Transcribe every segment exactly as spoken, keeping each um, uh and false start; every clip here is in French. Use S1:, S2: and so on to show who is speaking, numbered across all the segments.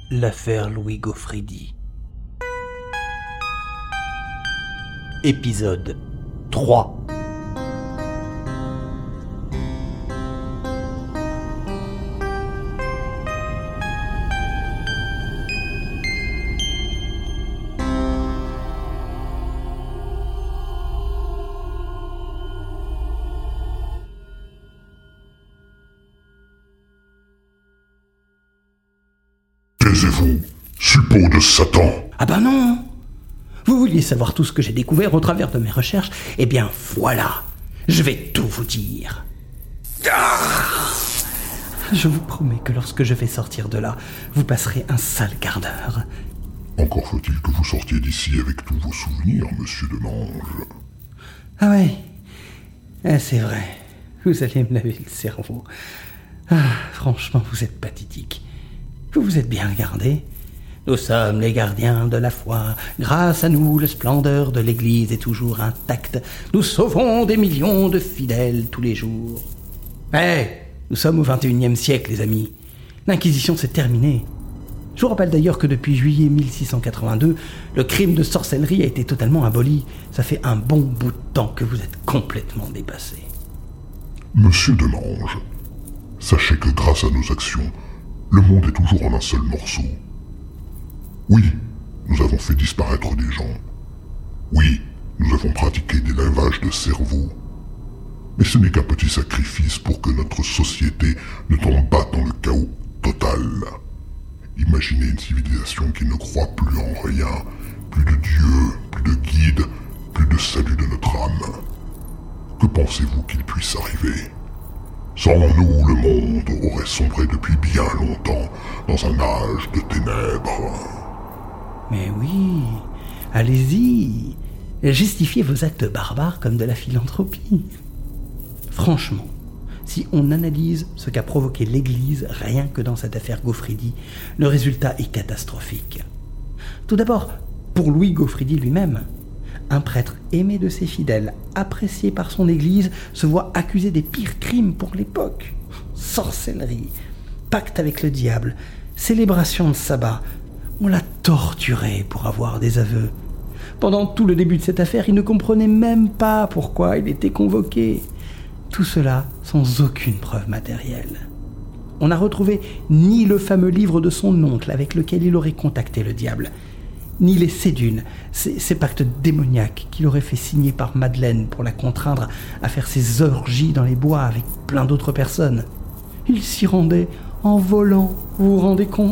S1: L'affaire Louis Gaufridi. Épisode trois.
S2: Taisez-vous, suppôt de Satan.
S1: Ah ben non. Vous vouliez savoir tout ce que j'ai découvert au travers de mes recherches? Eh bien voilà, je vais tout vous dire. Ah, je vous promets que lorsque je vais sortir de là, vous passerez un sale quart d'heure.
S2: Encore faut-il que vous sortiez d'ici avec tous vos souvenirs, monsieur Demange.
S1: Ah ouais, ah, c'est vrai, vous allez me laver le cerveau. Ah, franchement, vous êtes pathétique. Vous vous êtes bien regardé. Nous sommes les gardiens de la foi. Grâce à nous, la splendeur de l'Église est toujours intacte. Nous sauvons des millions de fidèles tous les jours. Eh, hey, nous sommes au vingt et unième siècle, les amis. L'Inquisition, c'est terminé. Je vous rappelle d'ailleurs que depuis juillet mille six cent quatre-vingt-deux, le crime de sorcellerie a été totalement aboli. Ça fait un bon bout de temps que vous êtes complètement dépassé.
S2: Monsieur Demange, sachez que grâce à nos actions, le monde est toujours en un seul morceau. Oui, nous avons fait disparaître des gens. Oui, nous avons pratiqué des lavages de cerveau. Mais ce n'est qu'un petit sacrifice pour que notre société ne tombe pas dans le chaos total. Imaginez une civilisation qui ne croit plus en rien, plus de Dieu, plus de guide, plus de salut de notre âme. Que pensez-vous qu'il puisse arriver ? Sans nous, le monde aurait sombré depuis bien longtemps dans un âge de ténèbres.
S1: Mais oui, allez-y, justifiez vos actes barbares comme de la philanthropie. Franchement, si on analyse ce qu'a provoqué l'Église rien que dans cette affaire Gaufridi, le résultat est catastrophique. Tout d'abord, pour Louis Gaufridi lui-même, un prêtre aimé de ses fidèles, apprécié par son Église, se voit accusé des pires crimes pour l'époque. Sorcellerie, pacte avec le diable, célébration de sabbat. On l'a torturé pour avoir des aveux. Pendant tout le début de cette affaire, il ne comprenait même pas pourquoi il était convoqué. Tout cela sans aucune preuve matérielle. On n'a retrouvé ni le fameux livre de son oncle avec lequel il aurait contacté le diable, ni les cédules, ces, ces pactes démoniaques qu'il aurait fait signer par Madeleine pour la contraindre à faire ses orgies dans les bois avec plein d'autres personnes. Il s'y rendait en volant, vous vous rendez compte ?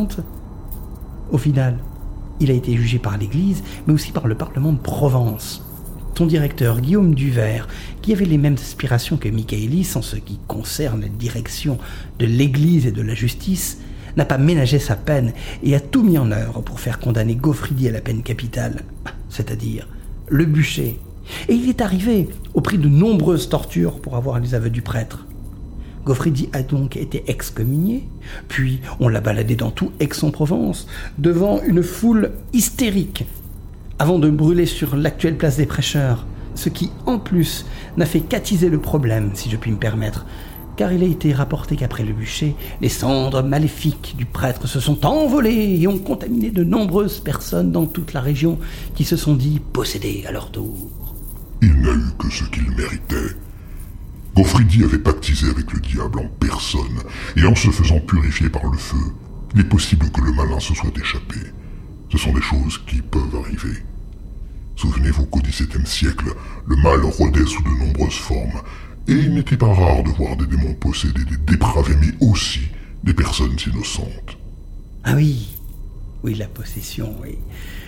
S1: Au final, il a été jugé par l'Église, mais aussi par le Parlement de Provence. Son directeur, Guillaume Duvert, qui avait les mêmes aspirations que Michaelis en ce qui concerne la direction de l'Église et de la justice, n'a pas ménagé sa peine et a tout mis en œuvre pour faire condamner Gaufridi à la peine capitale, c'est-à-dire le bûcher. Et il est arrivé au prix de nombreuses tortures pour avoir les aveux du prêtre. Gaufridi a donc été excommunié, puis on l'a baladé dans tout Aix-en-Provence, devant une foule hystérique, avant de brûler sur l'actuelle place des prêcheurs, ce qui, en plus, n'a fait qu'attiser le problème, si je puis me permettre, car il a été rapporté qu'après le bûcher, les cendres maléfiques du prêtre se sont envolées et ont contaminé de nombreuses personnes dans toute la région qui se sont dit possédées à leur tour.
S2: Il n'a eu que ce qu'il méritait. Gaufridi avait pactisé avec le diable en personne, et en se faisant purifier par le feu, il est possible que le malin se soit échappé. Ce sont des choses qui peuvent arriver. Souvenez-vous qu'au dix-septième siècle, le mal rôdait sous de nombreuses formes, et il n'était pas rare de voir des démons posséder des dépravés, mais aussi des personnes innocentes.
S1: Ah oui, oui, la possession, oui.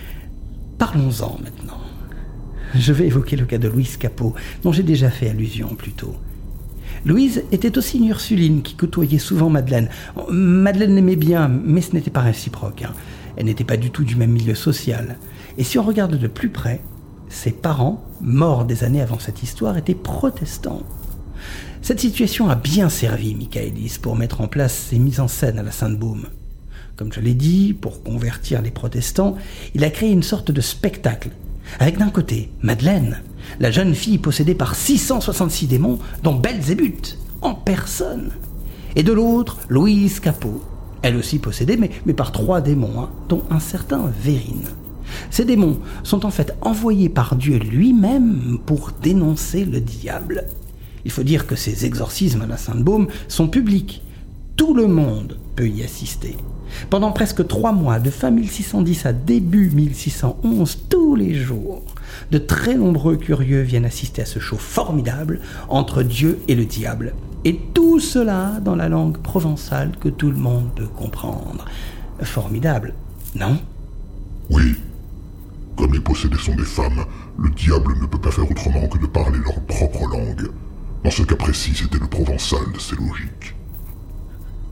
S1: Parlons-en maintenant. Je vais évoquer le cas de Louise Capot, dont j'ai déjà fait allusion plus tôt. Louise était aussi une Ursuline qui côtoyait souvent Madeleine. Madeleine l'aimait bien, mais ce n'était pas réciproque. Hein. Elle n'était pas du tout du même milieu social. Et si on regarde de plus près, ses parents, morts des années avant cette histoire, étaient protestants. Cette situation a bien servi Michaelis pour mettre en place ses mises en scène à la Sainte-Baume. Comme je l'ai dit, pour convertir les protestants, il a créé une sorte de spectacle, avec d'un côté Madeleine, la jeune fille possédée par six cent soixante-six démons, dont Belzébuth, en personne, et de l'autre, Louise Capot, Elle aussi possédée, mais, mais par trois démons, hein, dont un certain Vérine. Ces démons sont en fait envoyés par Dieu lui-même pour dénoncer le diable. Il faut dire que ces exorcismes à la Sainte-Baume sont publics. Tout le monde peut y assister. Pendant presque trois mois, de fin mille six cent dix à début mille six cent onze, tous les jours, de très nombreux curieux viennent assister à ce show formidable entre Dieu et le diable. Et tout cela dans la langue provençale que tout le monde peut comprendre. Formidable, non ?
S2: Oui. Comme les possédés sont des femmes, le diable ne peut pas faire autrement que de parler leur propre langue. Dans ce cas précis, c'était le provençal, c'est logique.
S1: Foutaise !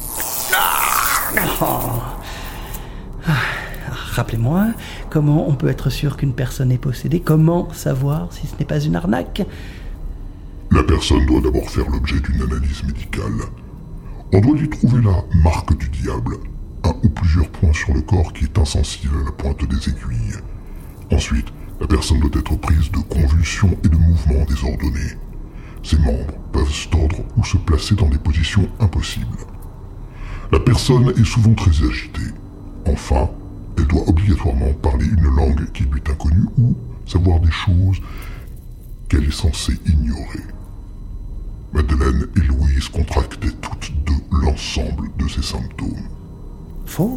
S1: Oh. Rappelez-moi, comment on peut être sûr qu'une personne est possédée ? Comment savoir si ce n'est pas une arnaque ?
S2: La personne doit d'abord faire l'objet d'une analyse médicale. On doit lui trouver la marque du diable, un ou plusieurs points sur le corps qui est insensible à la pointe des aiguilles. Ensuite, la personne doit être prise de convulsions et de mouvements désordonnés. Ses membres peuvent se tordre ou se placer dans des positions impossibles. La personne est souvent très agitée. Enfin, elle doit obligatoirement parler une langue qui lui est inconnue ou savoir des choses qu'elle est censée ignorer. Madeleine et Louise contractaient toutes deux l'ensemble de ces symptômes.
S1: Faux ?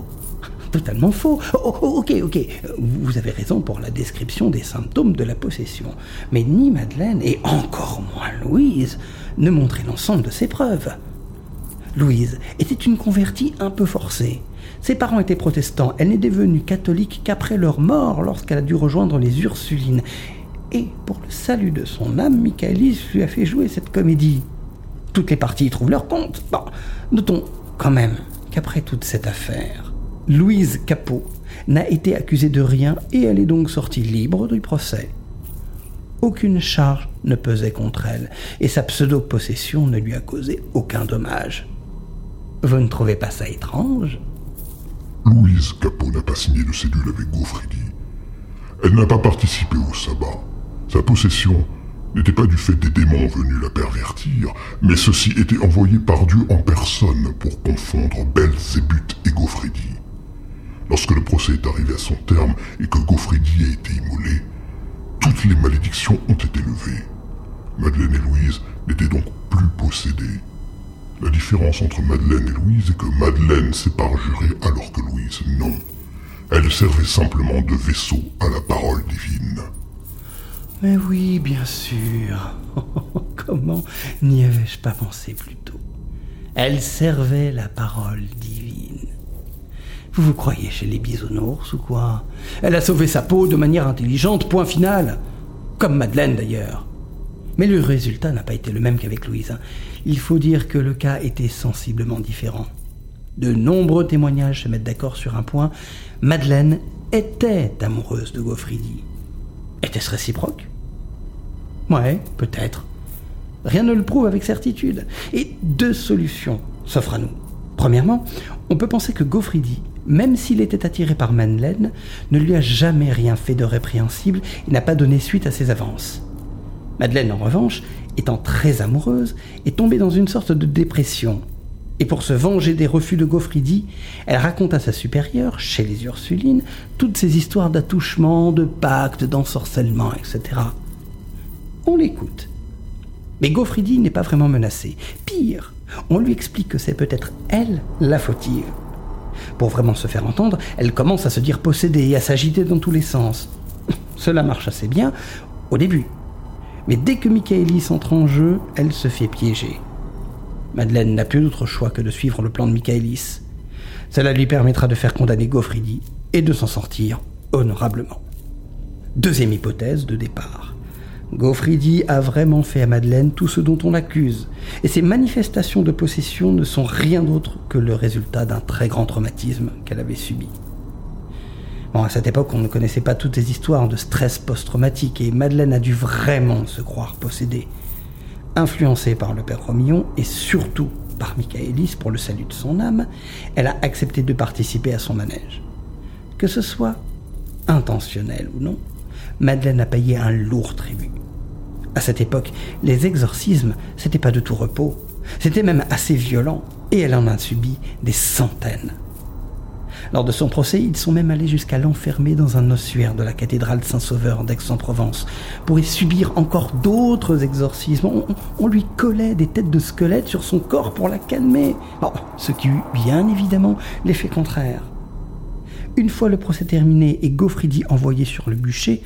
S1: Totalement faux. Oh, oh, ok, ok. Vous avez raison pour la description des symptômes de la possession. Mais ni Madeleine, et encore moins Louise, ne montraient l'ensemble de ces preuves. Louise était une convertie un peu forcée. Ses parents étaient protestants. Elle n'est devenue catholique qu'après leur mort, lorsqu'elle a dû rejoindre les Ursulines. Et pour le salut de son âme, Michaelis lui a fait jouer cette comédie. Toutes les parties y trouvent leur compte. Bon, notons quand même qu'après toute cette affaire, Louise Capot n'a été accusée de rien et elle est donc sortie libre du procès. Aucune charge ne pesait contre elle et sa pseudo-possession ne lui a causé aucun dommage. Vous ne trouvez pas ça étrange ?
S2: Louise Capot n'a pas signé de cédule avec Gaufridi. Elle n'a pas participé au sabbat. Sa possession n'était pas du fait des démons venus la pervertir, mais ceux-ci étaient envoyés par Dieu en personne pour confondre Belzébuth et Gaufridi. Lorsque le procès est arrivé à son terme et que Gaufridi a été immolé, toutes les malédictions ont été levées. Madeleine et Louise n'étaient donc plus possédées. La différence entre Madeleine et Louise est que Madeleine s'est parjurée alors que Louise non. Elle servait simplement de vaisseau à la parole divine.
S1: Mais oui, bien sûr. Comment n'y avais-je pas pensé plus tôt ? Elle servait la parole divine. Vous vous croyez chez les bisounours ou quoi ? Elle a sauvé sa peau de manière intelligente, point final. Comme Madeleine d'ailleurs. Mais le résultat n'a pas été le même qu'avec Louise. Il faut dire que le cas était sensiblement différent. De nombreux témoignages se mettent d'accord sur un point. Madeleine était amoureuse de Gaufridi. Était-ce réciproque ? Ouais, peut-être. Rien ne le prouve avec certitude. Et deux solutions s'offrent à nous. Premièrement, on peut penser que Gaufridi, même s'il était attiré par Madeleine, ne lui a jamais rien fait de répréhensible et n'a pas donné suite à ses avances. Madeleine, en revanche, étant très amoureuse, est tombée dans une sorte de dépression. Et pour se venger des refus de Gaufridi, elle raconte à sa supérieure, chez les Ursulines, toutes ces histoires d'attouchement, de pacte, d'ensorcellement, et cetera. On l'écoute. Mais Gaufridi n'est pas vraiment menacée. Pire, on lui explique que c'est peut-être elle la fautive. Pour vraiment se faire entendre, elle commence à se dire possédée et à s'agiter dans tous les sens. Cela marche assez bien au début. Mais dès que Michaelis entre en jeu, elle se fait piéger. Madeleine n'a plus d'autre choix que de suivre le plan de Michaelis. Cela lui permettra de faire condamner Gaufridi et de s'en sortir honorablement. Deuxième hypothèse de départ. Gaufridi a vraiment fait à Madeleine tout ce dont on l'accuse, et ces manifestations de possession ne sont rien d'autre que le résultat d'un très grand traumatisme qu'elle avait subi. Bon, à cette époque, on ne connaissait pas toutes les histoires de stress post-traumatique, et Madeleine a dû vraiment se croire possédée. Influencée par le père Romillon, et surtout par Michaelis pour le salut de son âme, elle a accepté de participer à son manège. Que ce soit intentionnel ou non, Madeleine a payé un lourd tribut. À cette époque, les exorcismes, c'était pas de tout repos. C'était même assez violent, et elle en a subi des centaines. Lors de son procès, ils sont même allés jusqu'à l'enfermer dans un ossuaire de la cathédrale Saint-Sauveur d'Aix-en-Provence pour y subir encore d'autres exorcismes. On, on lui collait des têtes de squelettes sur son corps pour la calmer. Bon, ce qui eut bien évidemment l'effet contraire. Une fois le procès terminé et Gaufridi envoyé sur le bûcher,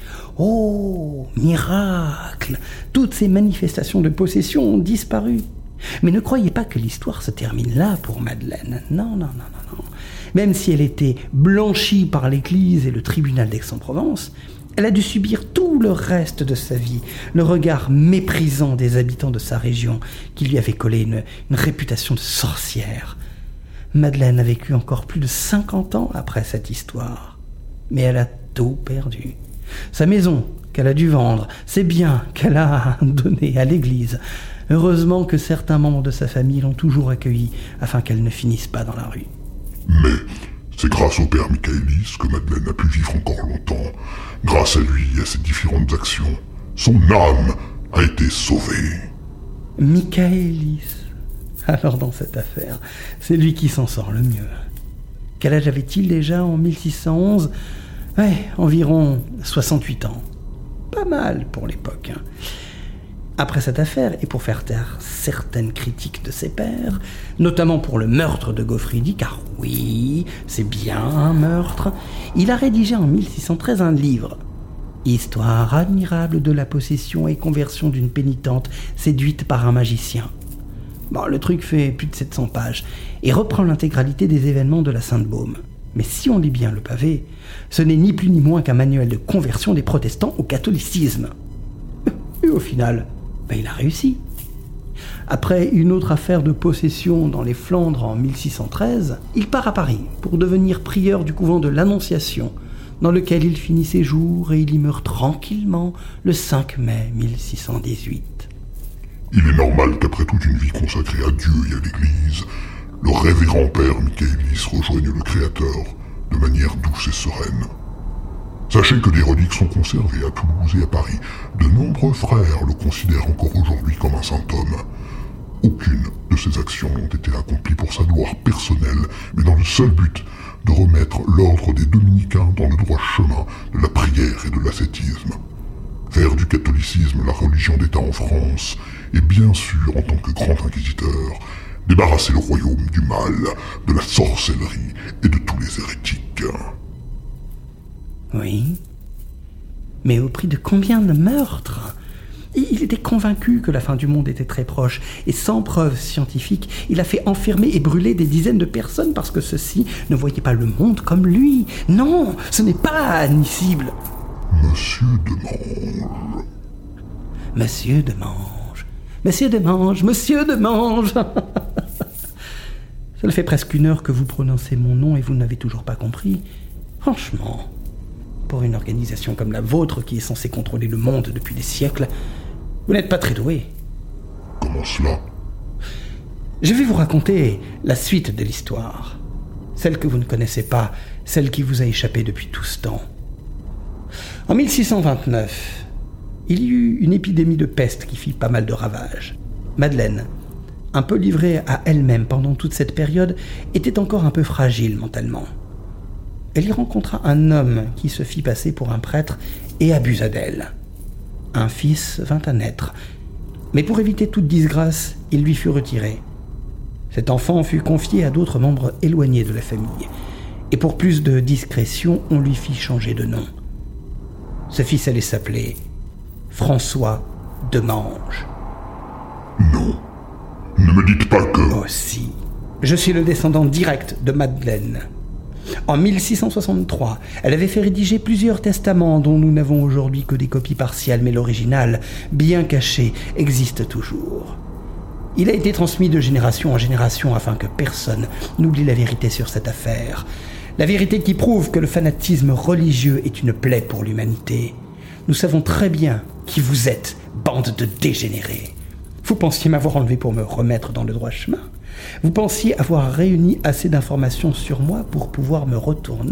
S1: oh, miracle! Toutes ces manifestations de possession ont disparu. Mais ne croyez pas que l'histoire se termine là pour Madeleine. Non, non, non, non, non. Même si elle était blanchie par l'Église et le tribunal d'Aix-en-Provence, elle a dû subir tout le reste de sa vie le regard méprisant des habitants de sa région qui lui avaient collé une, une réputation de sorcière. Madeleine a vécu encore plus de cinquante ans après cette histoire. Mais elle a tout perdu. Sa maison, qu'elle a dû vendre, ses biens qu'elle a donnés à l'église. Heureusement que certains membres de sa famille l'ont toujours accueillie afin qu'elle ne finisse pas dans la rue.
S2: Mais c'est grâce au père Michaelis que Madeleine a pu vivre encore longtemps. Grâce à lui et à ses différentes actions, son âme a été sauvée.
S1: Michaelis. Alors dans cette affaire, c'est lui qui s'en sort le mieux. Quel âge avait-il déjà en mille six cent onze ? Ouais, environ soixante-huit ans. Pas mal pour l'époque. Hein. Après cette affaire, et pour faire taire certaines critiques de ses pairs, notamment pour le meurtre de Gaufridi, car oui, c'est bien un meurtre, il a rédigé en mille six cent treize un livre, « Histoire admirable de la possession et conversion d'une pénitente séduite par un magicien ». Bon, le truc fait plus de sept cents pages et reprend l'intégralité des événements de la Sainte-Baume. Mais si on lit bien le pavé, ce n'est ni plus ni moins qu'un manuel de conversion des protestants au catholicisme. Et au final, ben, il a réussi. Après une autre affaire de possession dans les Flandres en mille six cent treize, il part à Paris pour devenir prieur du couvent de l'Annonciation, dans lequel il finit ses jours et il y meurt tranquillement le cinq mai mille six cent dix-huit.
S2: Il est normal qu'après toute une vie consacrée à Dieu et à l'Église, le révérend père Michaelis rejoigne le Créateur de manière douce et sereine. Sachez que des reliques sont conservées à Toulouse et à Paris. De nombreux frères le considèrent encore aujourd'hui comme un saint homme. Aucune de ces actions n'ont été accomplies pour sa gloire personnelle, mais dans le seul but de remettre l'ordre des dominicains dans le droit chemin de la prière et de l'ascétisme. Faire du catholicisme la religion d'État en France, et bien sûr, en tant que grand inquisiteur, débarrasser le royaume du mal, de la sorcellerie et de tous les hérétiques.
S1: Oui, mais au prix de combien de meurtres ? Il était convaincu que la fin du monde était très proche, et sans preuves scientifiques, il a fait enfermer et brûler des dizaines de personnes parce que ceux-ci ne voyaient pas le monde comme lui. Non, ce n'est pas admissible.
S2: Monsieur Demange.
S1: Monsieur Demange. Monsieur Demange, Monsieur Demange. Cela fait presque une heure que vous prononcez mon nom et vous n'avez toujours pas compris. Franchement, pour une organisation comme la vôtre qui est censée contrôler le monde depuis des siècles, vous n'êtes pas très doué.
S2: Comment cela ?
S1: Je vais vous raconter la suite de l'histoire. Celle que vous ne connaissez pas, celle qui vous a échappé depuis tout ce temps. En mille six cent vingt-neuf, il y eut une épidémie de peste qui fit pas mal de ravages. Madeleine, un peu livrée à elle-même pendant toute cette période, était encore un peu fragile mentalement. Elle y rencontra un homme qui se fit passer pour un prêtre et abusa d'elle. Un fils vint à naître, mais pour éviter toute disgrâce, il lui fut retiré. Cet enfant fut confié à d'autres membres éloignés de la famille, et pour plus de discrétion, on lui fit changer de nom. Ce fils allait s'appeler François Demange.
S2: Non, ne me dites pas que...
S1: Oh si, je suis le descendant direct de Madeleine. En mille six cent soixante-trois, elle avait fait rédiger plusieurs testaments dont nous n'avons aujourd'hui que des copies partielles, mais l'original, bien caché, existe toujours. Il a été transmis de génération en génération afin que personne n'oublie la vérité sur cette affaire. La vérité qui prouve que le fanatisme religieux est une plaie pour l'humanité. Nous savons très bien qui vous êtes, bande de dégénérés. Vous pensiez m'avoir enlevé pour me remettre dans le droit chemin ? Vous pensiez avoir réuni assez d'informations sur moi pour pouvoir me retourner ?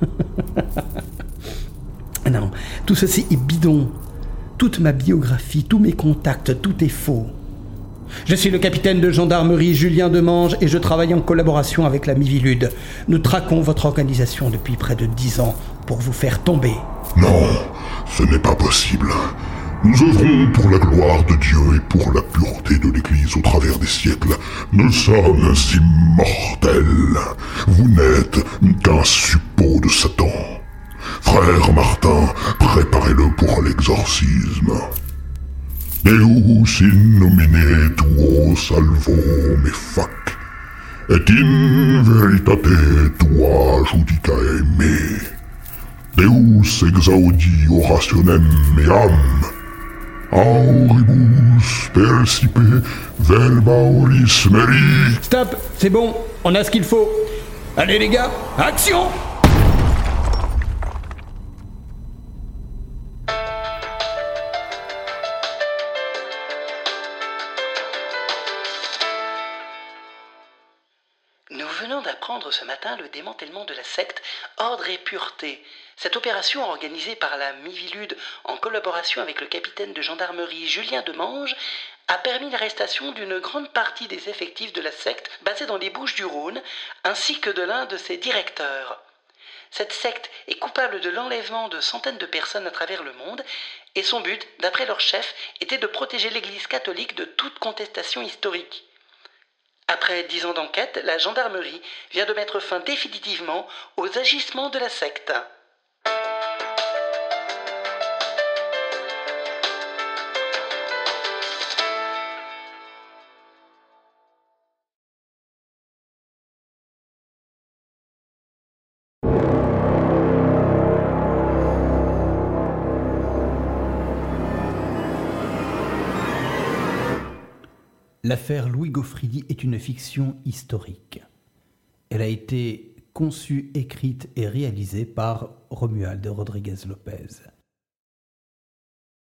S1: Non, tout ceci est bidon. Toute ma biographie, tous mes contacts, tout est faux. Je suis le capitaine de gendarmerie Julien Demange et je travaille en collaboration avec la Mivilude. Nous traquons votre organisation depuis près de dix ans pour vous faire tomber.
S2: Non, ce n'est pas possible. Nous œuvrons pour la gloire de Dieu et pour la pureté de l'Église au travers des siècles. Nous sommes immortels. Vous n'êtes qu'un suppôt de Satan. Frère Martin, préparez-le pour l'exorcisme. Deus in nomine tuo salvo me fac, et in veritate tua judicae me. Deus exaudi orationem meam, auribus percipe verba olis meri.
S1: Stop, c'est bon, on a ce qu'il faut. Allez les gars, action!
S3: Nous venons d'apprendre ce matin le démantèlement de la secte Ordre et Pureté. Cette opération organisée par la Mivilude en collaboration avec le capitaine de gendarmerie Julien Demange a permis l'arrestation d'une grande partie des effectifs de la secte basée dans les Bouches-du-Rhône ainsi que de l'un de ses directeurs. Cette secte est coupable de l'enlèvement de centaines de personnes à travers le monde et son but, d'après leur chef, était de protéger l'Église catholique de toute contestation historique. Après dix ans d'enquête, la gendarmerie vient de mettre fin définitivement aux agissements de la secte.
S1: L'affaire Louis Gaufridi est une fiction historique. Elle a été conçue, écrite et réalisée par Romuald Rodriguez Lopez.